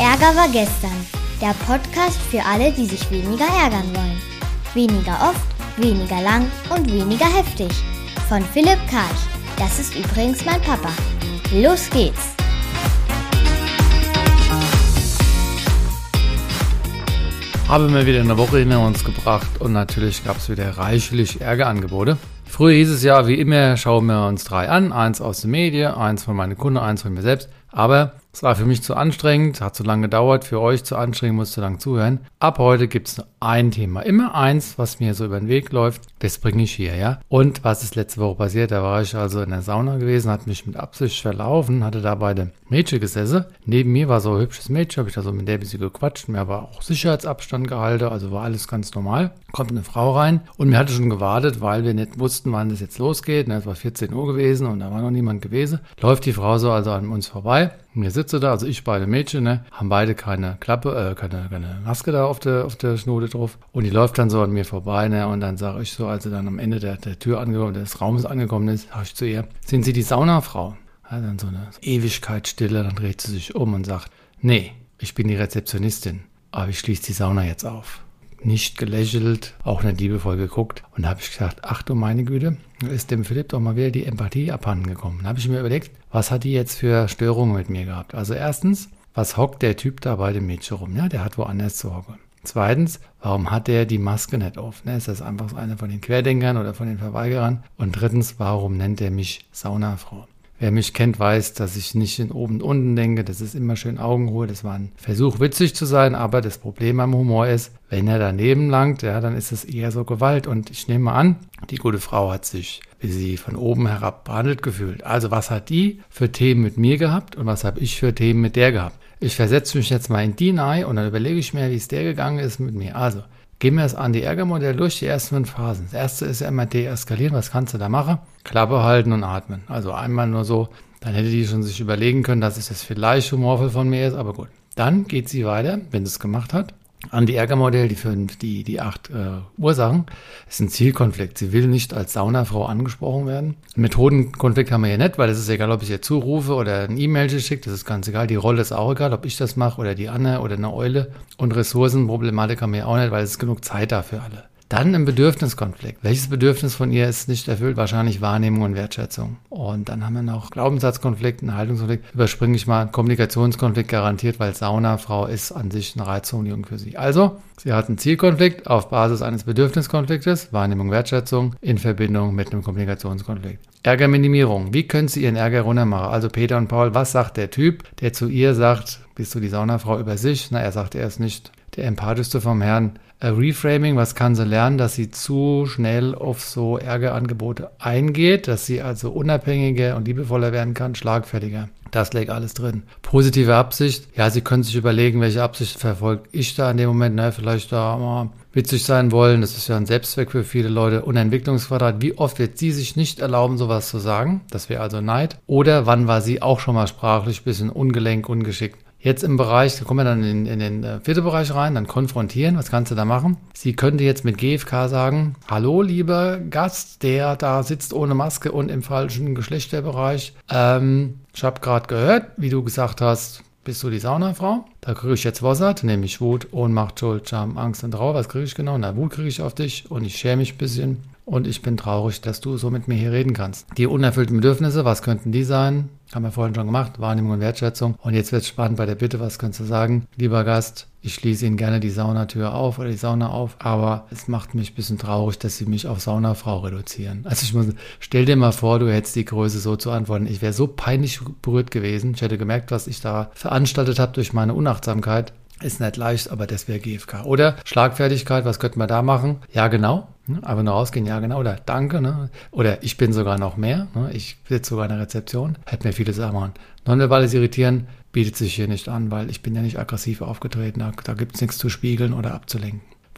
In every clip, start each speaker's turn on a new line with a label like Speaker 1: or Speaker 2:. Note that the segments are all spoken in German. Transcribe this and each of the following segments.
Speaker 1: Ärger war gestern. Der Podcast für alle, die sich weniger ärgern wollen. Weniger oft, weniger lang und weniger heftig. Von Philipp Karch. Das ist übrigens mein Papa. Los geht's!
Speaker 2: Haben wir wieder eine Woche hinter uns gebracht und natürlich gab es wieder reichlich Ärgerangebote. Früher hieß es ja, wie immer, schauen wir uns 3 an. 1 aus den Medien, 1 von meinen Kunden, 1 von mir selbst. Aber es war für mich zu anstrengend, hat zu lange gedauert, für euch zu anstrengend, musst zu lange zuhören. Ab heute gibt es nur ein Thema, immer eins, was mir so über den Weg läuft, das bringe ich hier, ja. Und was ist letzte Woche passiert? Da war ich also in der Sauna gewesen, hatte mich mit Absicht verlaufen, hatte da bei dem Mädchen gesessen. Neben mir war so ein hübsches Mädchen, habe ich da so mit der ein bisschen gequatscht, mir aber auch Sicherheitsabstand gehalten, also war alles ganz normal. Kommt eine Frau rein und mir hatte schon gewartet, weil wir nicht wussten, wann das jetzt losgeht. Es war 14 Uhr gewesen und da war noch niemand gewesen. Läuft die Frau so also an uns vorbei. Wir sitzen da, also ich beide Mädchen, haben beide keine Klappe, keine Maske da auf der Schnute drauf. Und die läuft dann so an mir vorbei, und dann sage ich so, als sie dann am Ende der Tür angekommen, des Raumes angekommen ist, sage ich zu ihr, sind Sie die Saunafrau? Ja, dann so eine Ewigkeitsstille, dann dreht sie sich um und sagt, nee, ich bin die Rezeptionistin, aber ich schließe die Sauna jetzt auf. Nicht gelächelt, auch nicht liebevoll geguckt. Und da habe ich gesagt, ach du meine Güte, ist dem Philipp doch mal wieder die Empathie abhanden gekommen. Da habe ich mir überlegt, was hat die jetzt für Störungen mit mir gehabt? Also erstens, was hockt der Typ da bei dem Mädchen rum? Ja, der hat woanders zu hocken. Zweitens, warum hat der die Maske nicht auf? Ist das einfach einer von den Querdenkern oder von den Verweigerern? Und drittens, warum nennt er mich Saunafrau? Wer mich kennt, weiß, dass ich nicht in oben und unten denke. Das ist immer schön Augenruhe. Das war ein Versuch, witzig zu sein. Aber das Problem am Humor ist, wenn er daneben langt, ja, dann ist es eher so Gewalt. Und ich nehme mal an, die gute Frau hat sich, wie sie von oben herab behandelt gefühlt. Also was hat die für Themen mit mir gehabt und was habe ich für Themen mit der gehabt? Ich versetze mich jetzt mal in die rein und dann überlege ich mir, wie es der gegangen ist mit mir. Also gehen wir es an die Ärgermodelle durch, die ersten 5 Phasen. Das erste ist ja immer deeskalieren. Was kannst du da machen? Klappe halten und atmen. Also einmal nur so, dann hätte die schon sich überlegen können, dass es das vielleicht humorvoll von mir ist, aber gut. Dann geht sie weiter, wenn sie es gemacht hat, an die Ärgermodelle, die 8 Ursachen. Das ist ein Zielkonflikt. Sie will nicht als Saunafrau angesprochen werden. Einen Methodenkonflikt haben wir hier nicht, weil es ist egal, ob ich ihr zurufe oder ein E-Mail schicke. Das ist ganz egal. Die Rolle ist auch egal, ob ich das mache oder die Anne oder eine Eule. Und Ressourcenproblematik haben wir auch nicht, weil es ist genug Zeit da für alle. Dann ein Bedürfniskonflikt. Welches Bedürfnis von ihr ist nicht erfüllt? Wahrscheinlich Wahrnehmung und Wertschätzung. Und dann haben wir noch Glaubenssatzkonflikt, einen Haltungskonflikt. Überspringe ich mal, Kommunikationskonflikt garantiert, weil Saunafrau ist an sich eine Reizungsumgebung für sie. Also, sie hat einen Zielkonflikt auf Basis eines Bedürfniskonfliktes, Wahrnehmung, Wertschätzung, in Verbindung mit einem Kommunikationskonflikt. Ärgerminimierung. Wie können Sie Ihren Ärger runtermachen? Also Peter und Paul, was sagt der Typ, der zu ihr sagt, bist du die Saunafrau über sich? Na, er sagt, er ist nicht der empathischste vom Herrn. Reframing, was kann sie lernen, dass sie zu schnell auf so Ärgerangebote eingeht, dass sie also unabhängiger und liebevoller werden kann, schlagfertiger. Das liegt alles drin. Positive Absicht, ja, Sie können sich überlegen, welche Absicht verfolge ich da in dem Moment, vielleicht da mal witzig sein wollen, das ist ja ein Selbstzweck für viele Leute. Und Entwicklungsquadrat, wie oft wird sie sich nicht erlauben, sowas zu sagen? Das wäre also Neid. Oder wann war sie auch schon mal sprachlich ein bisschen ungelenk, ungeschickt? Jetzt im Bereich, da kommen wir dann in den 4. Bereich rein, dann konfrontieren, was kannst du da machen? Sie könnte jetzt mit GFK sagen, hallo lieber Gast, der da sitzt ohne Maske und im falschen Geschlechterbereich. Ich habe gerade gehört, wie du gesagt hast, bist du die Saunafrau? Da kriege ich jetzt Wasser, nämlich Wut, Ohnmacht, Schuld, Scham, Angst und Trauer. Was kriege ich genau? Na, Wut kriege ich auf dich und ich schäme mich ein bisschen und ich bin traurig, dass du so mit mir hier reden kannst. Die unerfüllten Bedürfnisse, was könnten die sein? Haben wir vorhin schon gemacht, Wahrnehmung und Wertschätzung. Und jetzt wird es spannend bei der Bitte, was könntest du sagen? Lieber Gast, ich schließe Ihnen gerne die Saunatür auf oder die Sauna auf, aber es macht mich ein bisschen traurig, dass Sie mich auf Saunafrau reduzieren. Also stell dir mal vor, du hättest die Größe so zu antworten. Ich wäre so peinlich berührt gewesen. Ich hätte gemerkt, was ich da veranstaltet habe durch meine Unachtsamkeit. Ist nicht leicht, aber das wäre GFK. Oder Schlagfertigkeit, was könnte man da machen? Ja, genau. Aber nur rausgehen, ja, genau. Oder danke. Oder ich bin sogar noch mehr. Ich sitze sogar in der Rezeption. Hätte mir viele Sachen machen. Nonverbales Irritieren bietet sich hier nicht an, weil ich bin ja nicht aggressiv aufgetreten. Da gibt es nichts zu spiegeln oder abzulenken.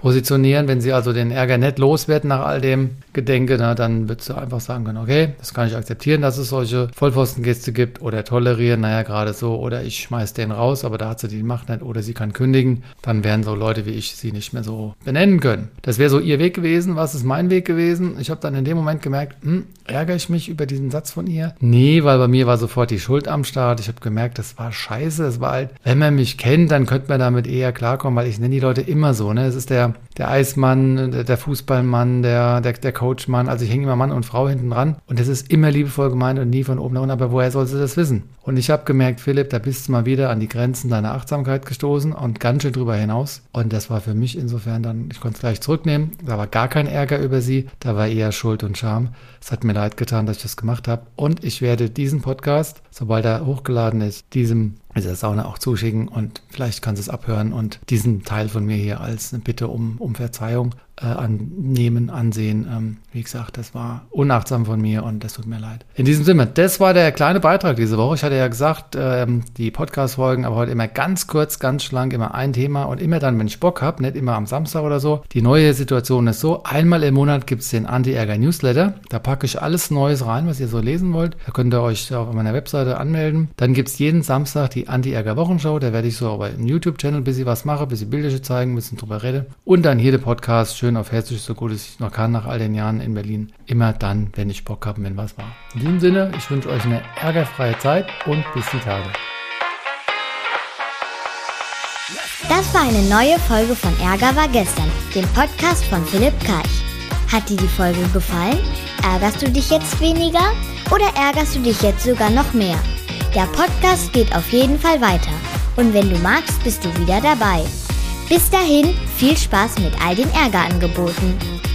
Speaker 2: positionieren. Wenn sie also den Ärger nicht loswerden nach all dem Gedenke, dann wird sie einfach sagen können, okay, das kann ich akzeptieren, dass es solche Vollpfostengäste gibt oder tolerieren, gerade so, oder ich schmeiß den raus, aber da hat sie die Macht nicht, oder sie kann kündigen. Dann werden so Leute wie ich sie nicht mehr so benennen können. Das wäre so ihr Weg gewesen. Was ist mein Weg gewesen? Ich habe dann in dem Moment gemerkt, ärgere ich mich über diesen Satz von ihr? Nee, weil bei mir war sofort die Schuld am Start. Ich habe gemerkt, das war scheiße. Es war halt, wenn man mich kennt, dann könnte man damit eher klarkommen, weil ich nenne die Leute immer so. Es ist der Eismann, der Fußballmann, der Coachmann. Also ich hänge immer Mann und Frau hinten dran. Und das ist immer liebevoll gemeint und nie von oben nach unten. Aber woher soll sie das wissen? Und ich habe gemerkt, Philipp, da bist du mal wieder an die Grenzen deiner Achtsamkeit gestoßen und ganz schön drüber hinaus. Und das war für mich insofern dann, ich konnte es gleich zurücknehmen. Da war gar kein Ärger über sie. Da war eher Schuld und Scham. Es hat mir leid getan, dass ich das gemacht habe. Und ich werde diesen Podcast, sobald er hochgeladen ist, dieser Sauna auch zuschicken und vielleicht kann sie es abhören und diesen Teil von mir hier als eine Bitte um Verzeihung ansehen. Wie gesagt, das war unachtsam von mir und das tut mir leid. In diesem Sinne, das war der kleine Beitrag diese Woche. Ich hatte ja gesagt, die Podcast-Folgen, aber heute immer ganz kurz, ganz schlank, immer ein Thema und immer dann, wenn ich Bock habe, nicht immer am Samstag oder so. Die neue Situation ist so, einmal im Monat gibt es den Anti-Ärger-Newsletter. Da packe ich alles Neues rein, was ihr so lesen wollt. Da könnt ihr euch auf meiner Webseite anmelden. Dann gibt es jeden Samstag die Anti-Ärger-Wochenschau. Da werde ich so auf dem YouTube-Channel ein bisschen was machen, ein bisschen Bilder zeigen, ein bisschen drüber reden. Und dann hier der Podcast, schön auf Hessisch, so gut es ich noch kann, nach all den Jahren in Berlin. Immer dann, wenn ich Bock habe, wenn was war. In diesem Sinne, ich wünsche euch eine ärgerfreie Zeit und bis die Tage.
Speaker 1: Das war eine neue Folge von Ärger war gestern, dem Podcast von Philipp Karch. Hat dir die Folge gefallen? Ärgerst du dich jetzt weniger oder ärgerst du dich jetzt sogar noch mehr? Der Podcast geht auf jeden Fall weiter. Und wenn du magst, bist du wieder dabei. Bis dahin, viel Spaß mit all den Ärgerangeboten.